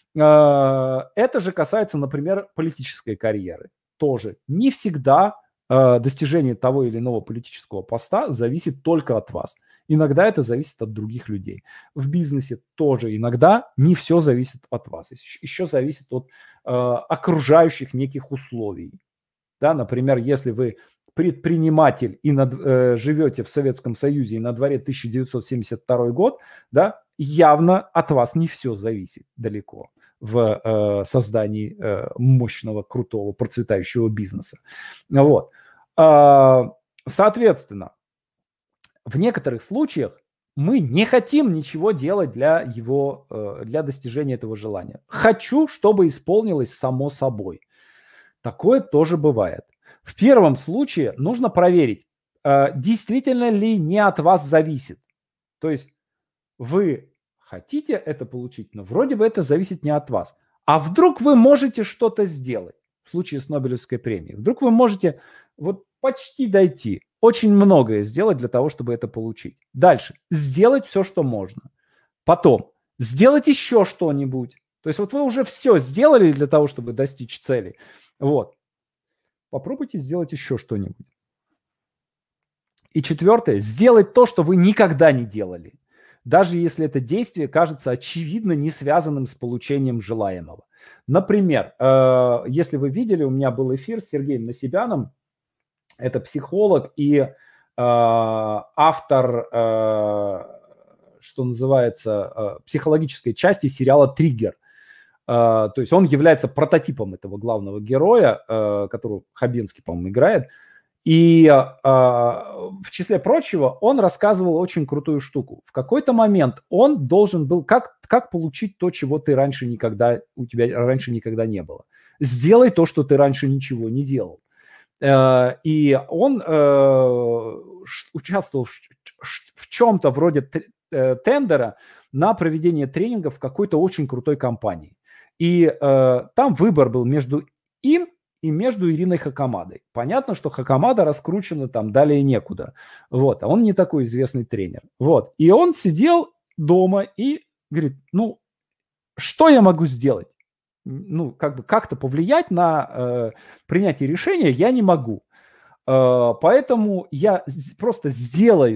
Это же касается, например, политической карьеры. Тоже не всегда достижение того или иного политического поста зависит только от вас. Иногда это зависит от других людей. В бизнесе тоже иногда не все зависит от вас. Еще зависит от окружающих неких условий. Да, например, если вы предприниматель и живете в Советском Союзе и на дворе 1972 год, да, явно от вас не все зависит далеко в создании мощного, крутого, процветающего бизнеса. Вот. Соответственно, в некоторых случаях мы не хотим ничего делать для достижения этого желания. Хочу, чтобы исполнилось само собой. Такое тоже бывает. В первом случае нужно проверить, действительно ли не от вас зависит. То есть вы хотите это получить, но вроде бы это зависит не от вас. А вдруг вы можете что-то сделать в случае с Нобелевской премией? Вдруг вы можете вот почти дойти, очень многое сделать для того, чтобы это получить. Дальше. Сделать все, что можно. Потом. Сделать еще что-нибудь. То есть вот вы уже все сделали для того, чтобы достичь цели. Вот. Попробуйте сделать еще что-нибудь. И четвертое. Сделать то, что вы никогда не делали. Даже если это действие кажется очевидно не связанным с получением желаемого. Например, если вы видели, у меня был эфир с Сергеем Насибяном. Это психолог и автор, что называется, психологической части сериала «Триггер». То есть он является прототипом этого главного героя, которого Хабенский, по-моему, играет. И в числе прочего он рассказывал очень крутую штуку. В какой-то момент он должен был, как получить то, чего ты раньше никогда, у тебя раньше никогда не было. Сделай то, что ты раньше ничего не делал. И он участвовал в чем-то вроде тендера на проведение тренингов в какой-то очень крутой компании. И там выбор был между им и между Ириной Хакамадой. Понятно, что Хакамада раскручена там далее некуда. Вот. А он не такой известный тренер. Вот. И он сидел дома и говорит, ну, что я могу сделать? Ну, как бы как-то повлиять на принятие решения я не могу. Поэтому я просто сделаю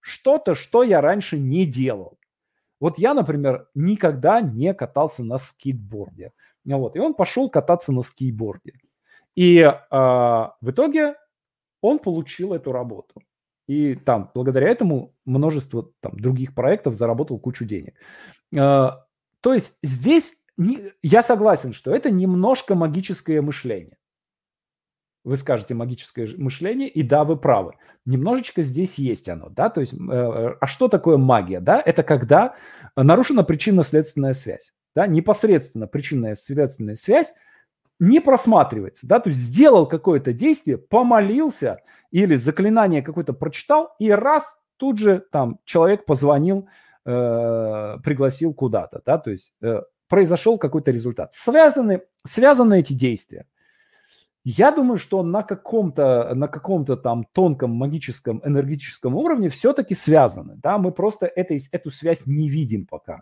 что-то, что я раньше не делал. Вот я, например, никогда не катался на скейтборде. Вот, и он пошел кататься на скейтборде. И в итоге он получил эту работу. И там, благодаря этому, множество там, других проектов заработал кучу денег. То есть здесь я согласен, что это немножко магическое мышление. Вы скажете магическое мышление, и да, вы правы. Немножечко здесь есть оно, да, то есть, а что такое магия, да? Это когда нарушена причинно-следственная связь, да, непосредственно причинно-следственная связь не просматривается, да, то есть сделал какое-то действие, помолился или заклинание какое-то прочитал, и раз тут же там человек позвонил, пригласил куда-то, да, то есть произошел какой-то результат. Связаны эти действия. Я думаю, что на каком-то там тонком магическом энергетическом уровне все-таки связаны. Да? Мы просто эту связь не видим пока.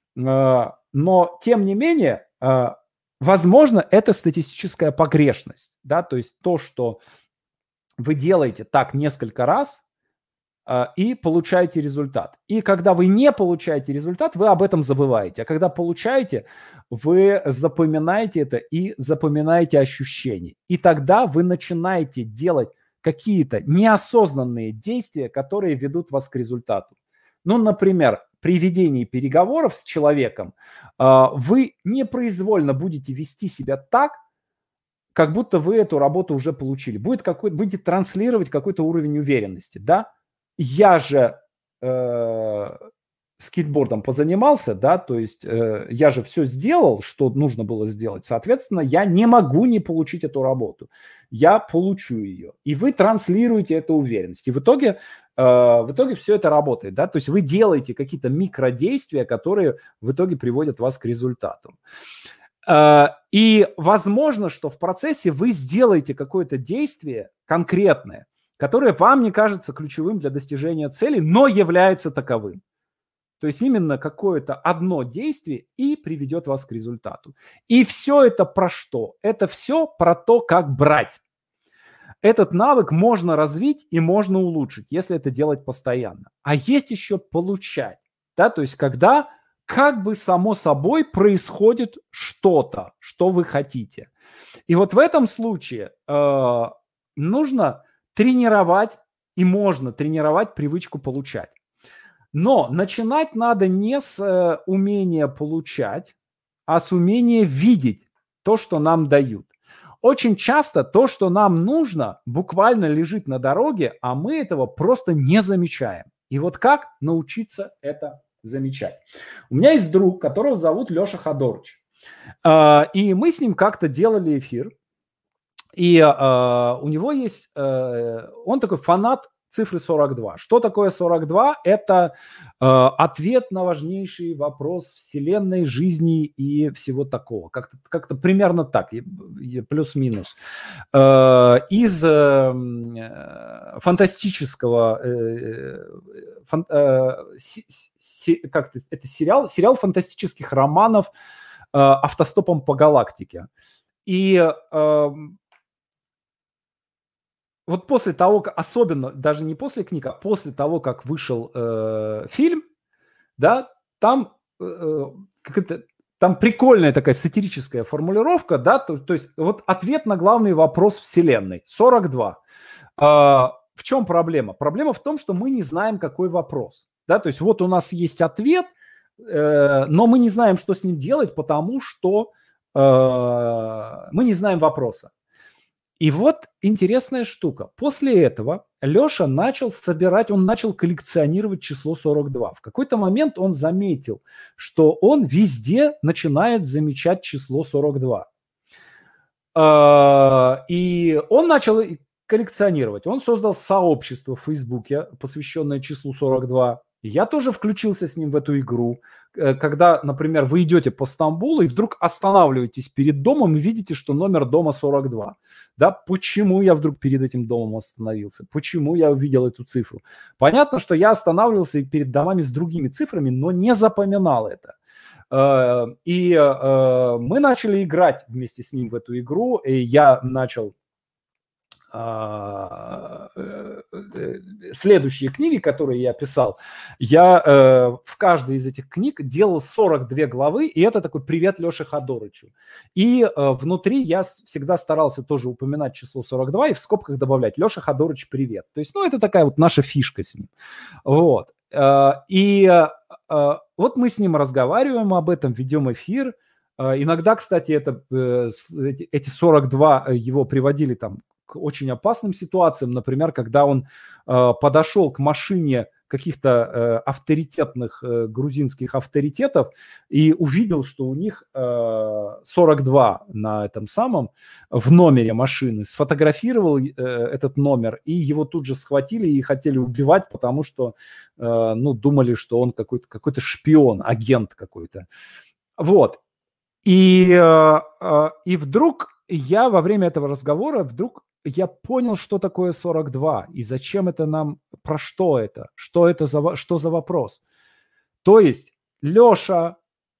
Но, тем не менее, возможно, это статистическая погрешность. Да? То есть то, что вы делаете так несколько раз, и получаете результат. И когда вы не получаете результат, вы об этом забываете. А когда получаете, вы запоминаете это и запоминаете ощущения. И тогда вы начинаете делать какие-то неосознанные действия, которые ведут вас к результату. Ну, например, при ведении переговоров с человеком вы непроизвольно будете вести себя так, как будто вы эту работу уже получили. Будете транслировать какой-то уровень уверенности, да? Я же скейтбордом позанимался, да, то есть я же все сделал, что нужно было сделать. Соответственно, я не могу не получить эту работу. Я получу ее. И вы транслируете эту уверенность. И в итоге все это работает, да, то есть вы делаете какие-то микродействия, которые в итоге приводят вас к результату. И возможно, что в процессе вы сделаете какое-то действие конкретное, которое вам не кажется ключевым для достижения цели, но является таковым. То есть именно какое-то одно действие и приведет вас к результату. И все это про что? Это все про то, как брать. Этот навык можно развить и можно улучшить, если это делать постоянно. А есть еще получать. Да? То есть когда как бы само собой происходит что-то, что вы хотите. И вот в этом случае нужно тренировать, и можно тренировать привычку получать. Но начинать надо не с умения получать, а с умения видеть то, что нам дают. Очень часто то, что нам нужно, буквально лежит на дороге, а мы этого просто не замечаем. И вот как научиться это замечать? У меня есть друг, которого зовут Леша Ходорович. И мы с ним как-то делали эфир. И у него есть, он такой фанат цифры 42. Что такое 42? Это ответ на важнейший вопрос Вселенной, жизни и всего такого. Как-то примерно так, плюс-минус. Из фантастического, это сериал фантастических романов «Автостопом по галактике». И вот после того, особенно даже не после книг, а после того, как вышел фильм, да, там прикольная такая сатирическая формулировка, да, то есть вот ответ на главный вопрос Вселенной, 42. В чем проблема? Проблема в том, что мы не знаем, какой вопрос, да, то есть вот у нас есть ответ, но мы не знаем, что с ним делать, потому что мы не знаем вопроса. И вот интересная штука. После этого Леша начал коллекционировать число 42. В какой-то момент он заметил, что он везде начинает замечать число 42. И он начал коллекционировать. Он создал сообщество в Фейсбуке, посвященное числу 42. Я тоже включился с ним в эту игру. Когда, например, вы идете по Стамбулу и вдруг останавливаетесь перед домом и видите, что номер дома 42. Да, почему я вдруг перед этим домом остановился? Почему я увидел эту цифру? Понятно, что я останавливался и перед домами с другими цифрами, но не запоминал это. И мы начали играть вместе с ним в эту игру, и я начал следующие книги, которые я писал, я в каждой из этих книг делал 42 главы, и это такой привет Леше Ходорычу. И внутри я всегда старался тоже упоминать число 42 и в скобках добавлять Леша Ходорыч, привет. То есть, ну, это такая вот наша фишка с ним. Вот. И вот мы с ним разговариваем об этом, ведем эфир. Иногда, кстати, эти 42 его приводили там к очень опасным ситуациям. Например, когда он подошел к машине каких-то авторитетных грузинских авторитетов и увидел, что у них 42 на этом самом в номере машины, сфотографировал этот номер, и его тут же схватили и хотели убивать, потому что ну, думали, что он какой-то шпион, агент какой-то. Вот. И вдруг я во время этого разговора я понял, что такое 42 и зачем это нам, про что это, что за вопрос. То есть Леша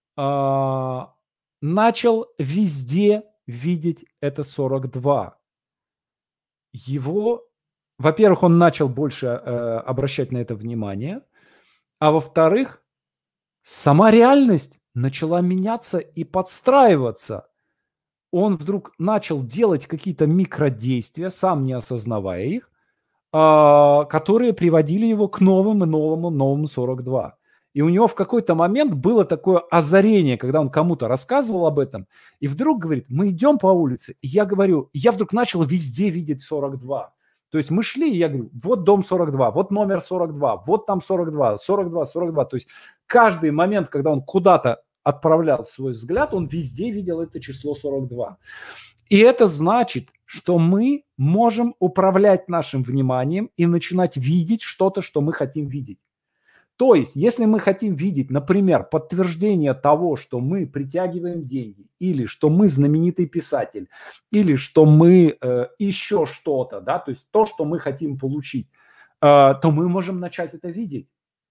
начал везде видеть это 42. Во-первых, он начал больше обращать на это внимание, а во-вторых, сама реальность начала меняться и подстраиваться. Он вдруг начал делать какие-то микродействия, сам не осознавая их, которые приводили его к новому 42. И у него в какой-то момент было такое озарение, когда он кому-то рассказывал об этом, и вдруг говорит, мы идем по улице, и я говорю, я вдруг начал везде видеть 42. То есть мы шли, и я говорю, вот дом 42, вот номер 42, вот там 42, 42, 42. То есть каждый момент, когда он куда-то отправлял свой взгляд, он везде видел это число 42. И это значит, что мы можем управлять нашим вниманием и начинать видеть что-то, что мы хотим видеть. То есть, если мы хотим видеть, например, подтверждение того, что мы притягиваем деньги, или что мы знаменитый писатель, или что мы еще что-то, да, то есть то, что мы хотим получить, то мы можем начать это видеть.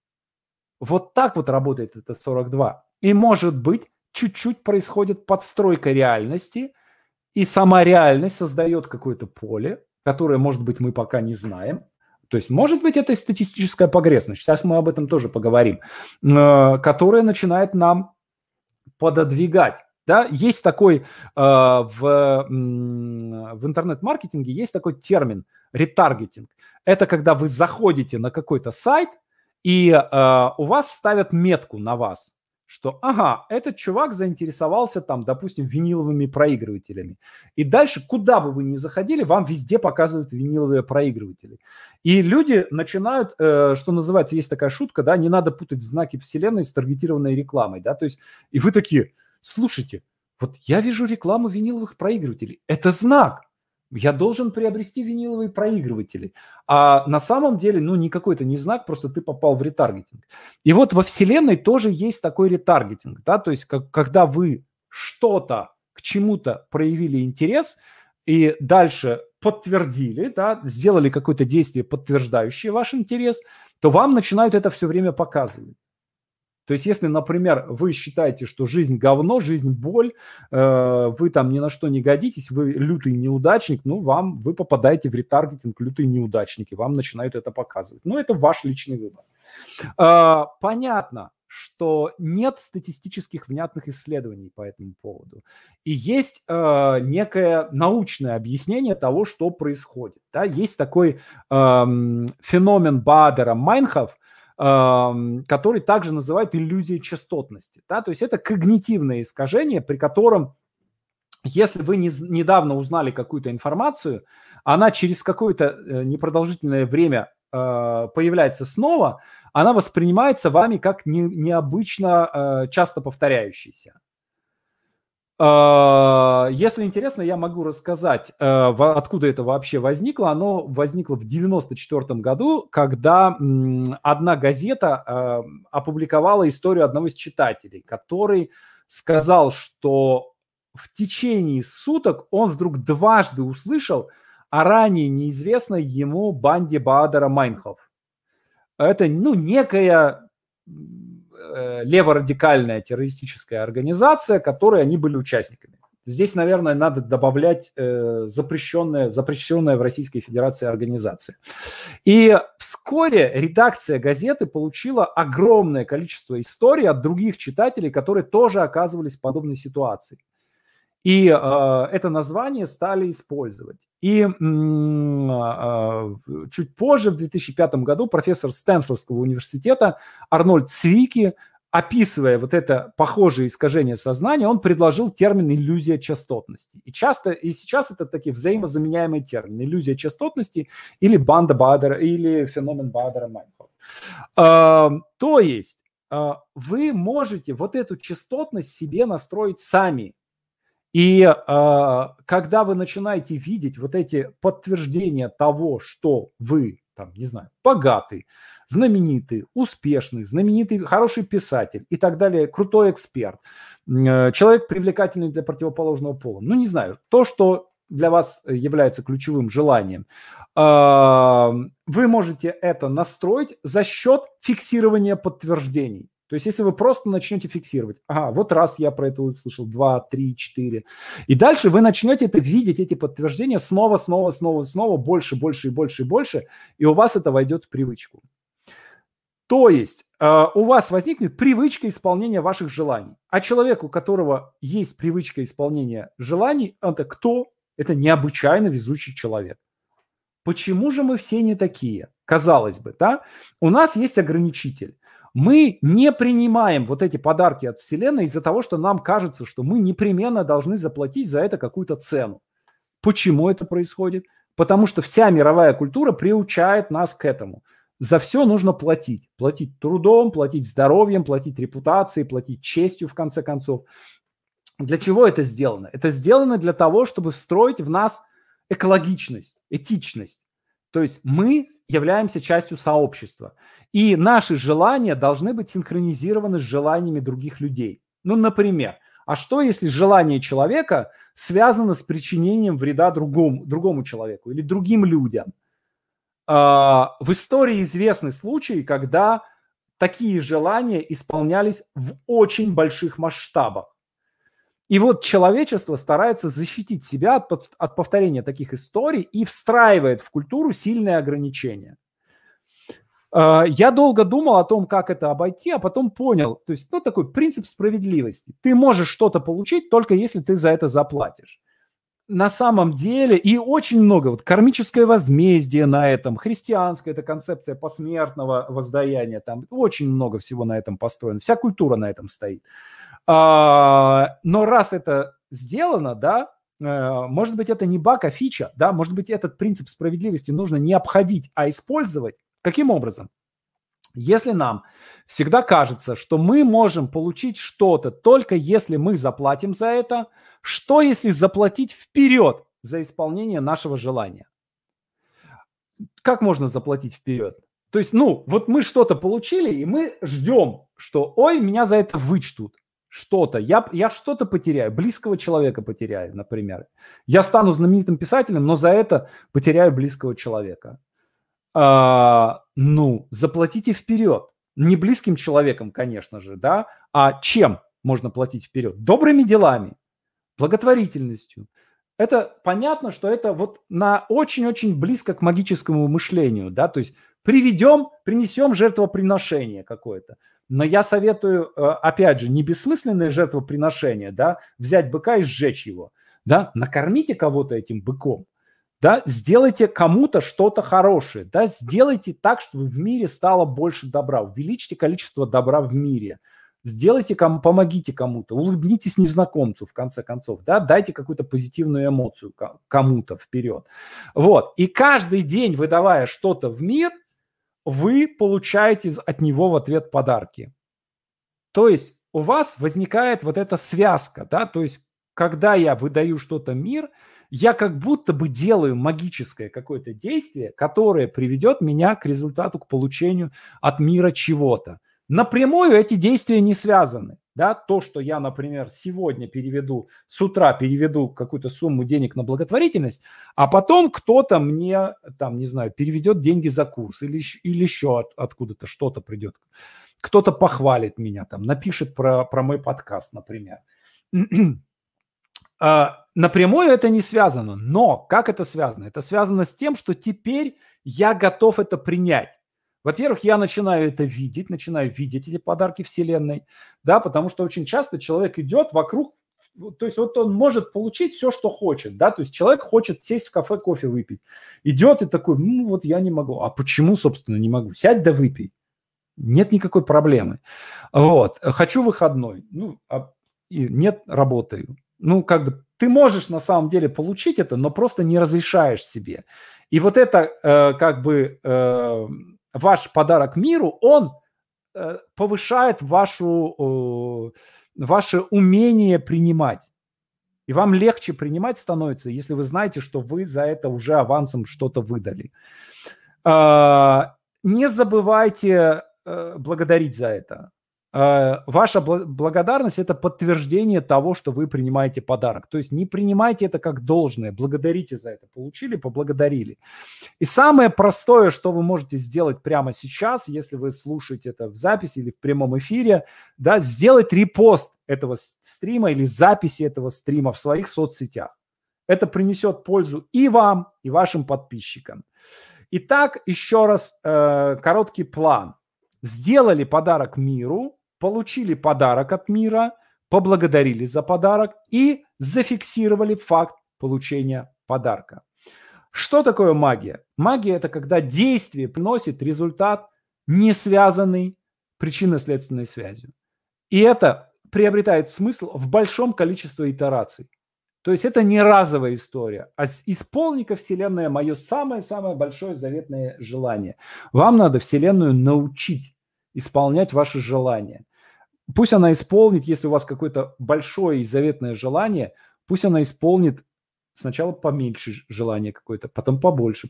Вот так вот работает это 42. И, может быть, чуть-чуть происходит подстройка реальности, и сама реальность создает какое-то поле, которое, может быть, мы пока не знаем. То есть, может быть, это статистическая погрешность. Сейчас мы об этом тоже поговорим, которая начинает нам пододвигать. Да? Есть такой в интернет-маркетинге есть такой термин ретаргетинг. Это когда вы заходите на какой-то сайт, и у вас ставят метку на вас, что, ага, этот чувак заинтересовался там, допустим, виниловыми проигрывателями. И дальше, куда бы вы ни заходили, вам везде показывают виниловые проигрыватели. И люди начинают, что называется, есть такая шутка, да, не надо путать знаки вселенной с таргетированной рекламой, да, то есть, и вы такие, слушайте, вот я вижу рекламу виниловых проигрывателей, это знак. Я должен приобрести виниловые проигрыватели. А на самом деле, ну, никакой это не знак, просто ты попал в ретаргетинг. И вот во Вселенной тоже есть такой ретаргетинг, да, то есть когда вы что-то, к чему-то проявили интерес и дальше подтвердили, да, сделали какое-то действие, подтверждающее ваш интерес, то вам начинают это все время показывать. То есть, если, например, вы считаете, что жизнь говно, жизнь боль, вы там ни на что не годитесь, вы лютый неудачник, ну, вы попадаете в ретаргетинг, лютые неудачники, вам начинают это показывать. Но это ваш личный выбор. Понятно, что нет статистических внятных исследований по этому поводу. И есть некое научное объяснение того, что происходит. Да? Есть такой феномен Баадера-Майнхоф, который также называют иллюзией частотности. Да? То есть это когнитивное искажение, при котором, если вы недавно узнали какую-то информацию, она через какое-то непродолжительное время появляется снова, она воспринимается вами как необычно часто повторяющаяся. Если интересно, я могу рассказать, откуда это вообще возникло. Оно возникло в 1994 году, когда одна газета опубликовала историю одного из читателей, который сказал, что в течение суток он вдруг дважды услышал о ранее неизвестной ему банде Баадера-Майнхоф. Это, ну, некая леворадикальная террористическая организация, которой они были участниками. Здесь, наверное, надо добавлять запрещенная в Российской Федерации организация. И вскоре редакция газеты получила огромное количество историй от других читателей, которые тоже оказывались в подобной ситуации. И это название стали использовать. И чуть позже, в 2005 году, профессор Стэнфордского университета Арнольд Цвики, описывая вот это похожее искажение сознания, он предложил термин «иллюзия частотности». И сейчас это такие взаимозаменяемые термины. Иллюзия частотности или банда Бадера, или феномен Бадера-Майнхофа. То есть вы можете вот эту частотность себе настроить сами. И когда вы начинаете видеть вот эти подтверждения того, что вы, там, не знаю, богатый, знаменитый, успешный, хороший писатель и так далее, крутой эксперт, человек привлекательный для противоположного пола, ну, не знаю, то, что для вас является ключевым желанием, вы можете это настроить за счет фиксирования подтверждений. То есть, если вы просто начнете фиксировать, вот раз я про это услышал, 2, 3, 4, и дальше вы начнете это видеть, эти подтверждения снова, больше, и больше, и у вас это войдет в привычку. То есть, у вас возникнет привычка исполнения ваших желаний. А человек, у которого есть привычка исполнения желаний, это кто? Это необычайно везучий человек. Почему же мы все не такие? Казалось бы, да? У нас есть ограничитель. Мы не принимаем вот эти подарки от Вселенной из-за того, что нам кажется, что мы непременно должны заплатить за это какую-то цену. Почему это происходит? Потому что вся мировая культура приучает нас к этому. За все нужно платить. Платить трудом, платить здоровьем, платить репутацией, платить честью, в конце концов. Для чего это сделано? Это сделано для того, чтобы встроить в нас экологичность, этичность. То есть мы являемся частью сообщества. И наши желания должны быть синхронизированы с желаниями других людей. Ну, например, а что если желание человека связано с причинением вреда другому человеку или другим людям? В истории известны случаи, когда такие желания исполнялись в очень больших масштабах. И вот человечество старается защитить себя от повторения таких историй и встраивает в культуру сильные ограничения. Я долго думал о том, как это обойти, а потом понял, то есть, такой принцип справедливости. Ты можешь что-то получить только если ты за это заплатишь. На самом деле, и очень много, кармическое возмездие на этом, христианская эта концепция посмертного воздаяния, там очень много всего на этом построено, вся культура на этом стоит. Но раз это сделано, да, может быть, это не баг, а фича, да, может быть, этот принцип справедливости нужно не обходить, а использовать. Каким образом? Если нам всегда кажется, что мы можем получить что-то только если мы заплатим за это, что если заплатить вперед за исполнение нашего желания? Как можно заплатить вперед? То есть, вот мы что-то получили, и мы ждем, что, меня за это вычтут. Что-то. Я что-то потеряю, близкого человека потеряю, например. Я стану знаменитым писателем, но за это потеряю близкого человека. Заплатите вперед. Не близким человеком, конечно же, да, а чем можно платить вперед? Добрыми делами, благотворительностью. Это понятно, что это вот на очень-очень близко к магическому мышлению, да, то есть принесем жертвоприношение какое-то. Но я советую, опять же, не бессмысленное жертвоприношение, да, взять быка и сжечь его, да, накормите кого-то этим быком, да, сделайте кому-то что-то хорошее, да, сделайте так, чтобы в мире стало больше добра, увеличьте количество добра в мире, помогите кому-то, улыбнитесь незнакомцу, в конце концов, да, дайте какую-то позитивную эмоцию кому-то вперед. Вот, и каждый день, выдавая что-то в мир, вы получаете от него в ответ подарки. То есть у вас возникает вот эта связка, да, то есть когда я выдаю что-то в мир, я как будто бы делаю магическое какое-то действие, которое приведет меня к результату, к получению от мира чего-то. Напрямую эти действия не связаны. Да? То, что я, например, сегодня с утра переведу какую-то сумму денег на благотворительность, а потом кто-то мне, там, не знаю, переведет деньги за курс или еще откуда-то что-то придет. Кто-то похвалит меня, там, напишет про мой подкаст, например. Напрямую это не связано, но как это связано? Это связано с тем, что теперь я готов это принять. Во-первых, я начинаю это видеть, начинаю видеть эти подарки Вселенной, да, потому что очень часто человек идет вокруг, то есть вот он может получить все, что хочет, да, то есть человек хочет сесть в кафе, кофе выпить, идет и такой, ну вот я не могу, а почему, собственно, не могу? Сядь да выпей, нет никакой проблемы. Вот, хочу выходной, ну, нет, работаю. Ну, как бы ты можешь на самом деле получить это, но просто не разрешаешь себе. И вот это ваш подарок миру, он повышает ваше умение принимать. И вам легче принимать становится, если вы знаете, что вы за это уже авансом что-то выдали. Не забывайте благодарить за это. Ваша благодарность – это подтверждение того, что вы принимаете подарок. То есть не принимайте это как должное, благодарите за это. Получили, поблагодарили. И самое простое, что вы можете сделать прямо сейчас, если вы слушаете это в записи или в прямом эфире, да, сделать репост этого стрима или записи этого стрима в своих соцсетях. Это принесет пользу и вам, и вашим подписчикам. Итак, еще раз короткий план. Сделали подарок миру, получили подарок от мира, поблагодарили за подарок и зафиксировали факт получения подарка. Что такое магия? Магия – это когда действие приносит результат, не связанный причинно-следственной связью. И это приобретает смысл в большом количестве итераций. То есть это не разовая история, а исполни-ка Вселенная мое самое-самое большое заветное желание. Вам надо Вселенную научить исполнять ваши желания. Пусть она исполнит, если у вас какое-то большое и заветное желание, пусть она исполнит сначала поменьше желание какое-то, потом побольше,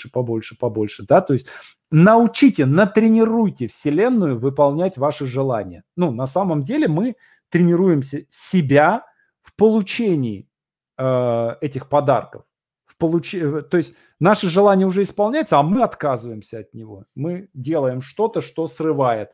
да, то есть научите, натренируйте Вселенную выполнять ваши желания. Ну, на самом деле мы тренируемся себя в получении этих подарков. То есть наше желание уже исполняется, а мы отказываемся от него. Мы делаем что-то, что срывает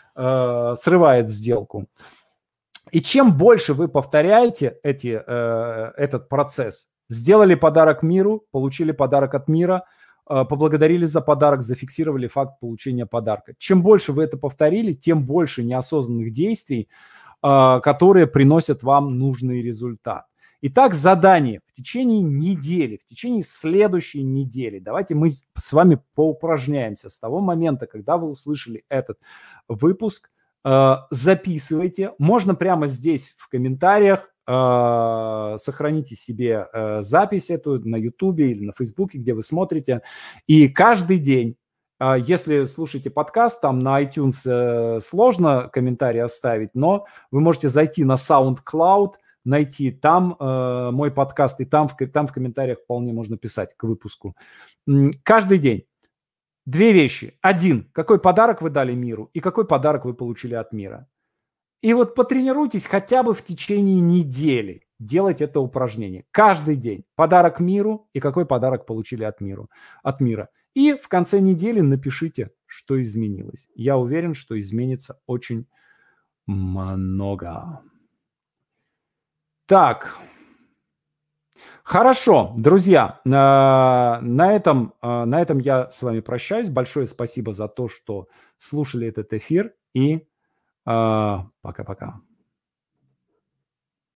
сделку. И чем больше вы повторяете этот процесс, сделали подарок миру, получили подарок от мира, поблагодарили за подарок, зафиксировали факт получения подарка. Чем больше вы это повторили, тем больше неосознанных действий, которые приносят вам нужный результат. Итак, задание в течение недели, в течение следующей недели. Давайте мы с вами поупражняемся с того момента, когда вы услышали этот выпуск. Записывайте. Можно прямо здесь в комментариях. Сохраните себе запись эту на YouTube или на Facebook, где вы смотрите. И каждый день, если слушаете подкаст, там на iTunes сложно комментарий оставить, но вы можете зайти на SoundCloud, найти там мой подкаст, и там в комментариях вполне можно писать к выпуску. Каждый день 2 вещи. 1. Какой подарок вы дали миру, и какой подарок вы получили от мира. И вот потренируйтесь хотя бы в течение недели делать это упражнение. Каждый день. Подарок миру и какой подарок получили от мира. И в конце недели напишите, что изменилось. Я уверен, что изменится очень много. Так, хорошо, друзья, на этом я с вами прощаюсь. Большое спасибо за то, что слушали этот эфир, и пока-пока.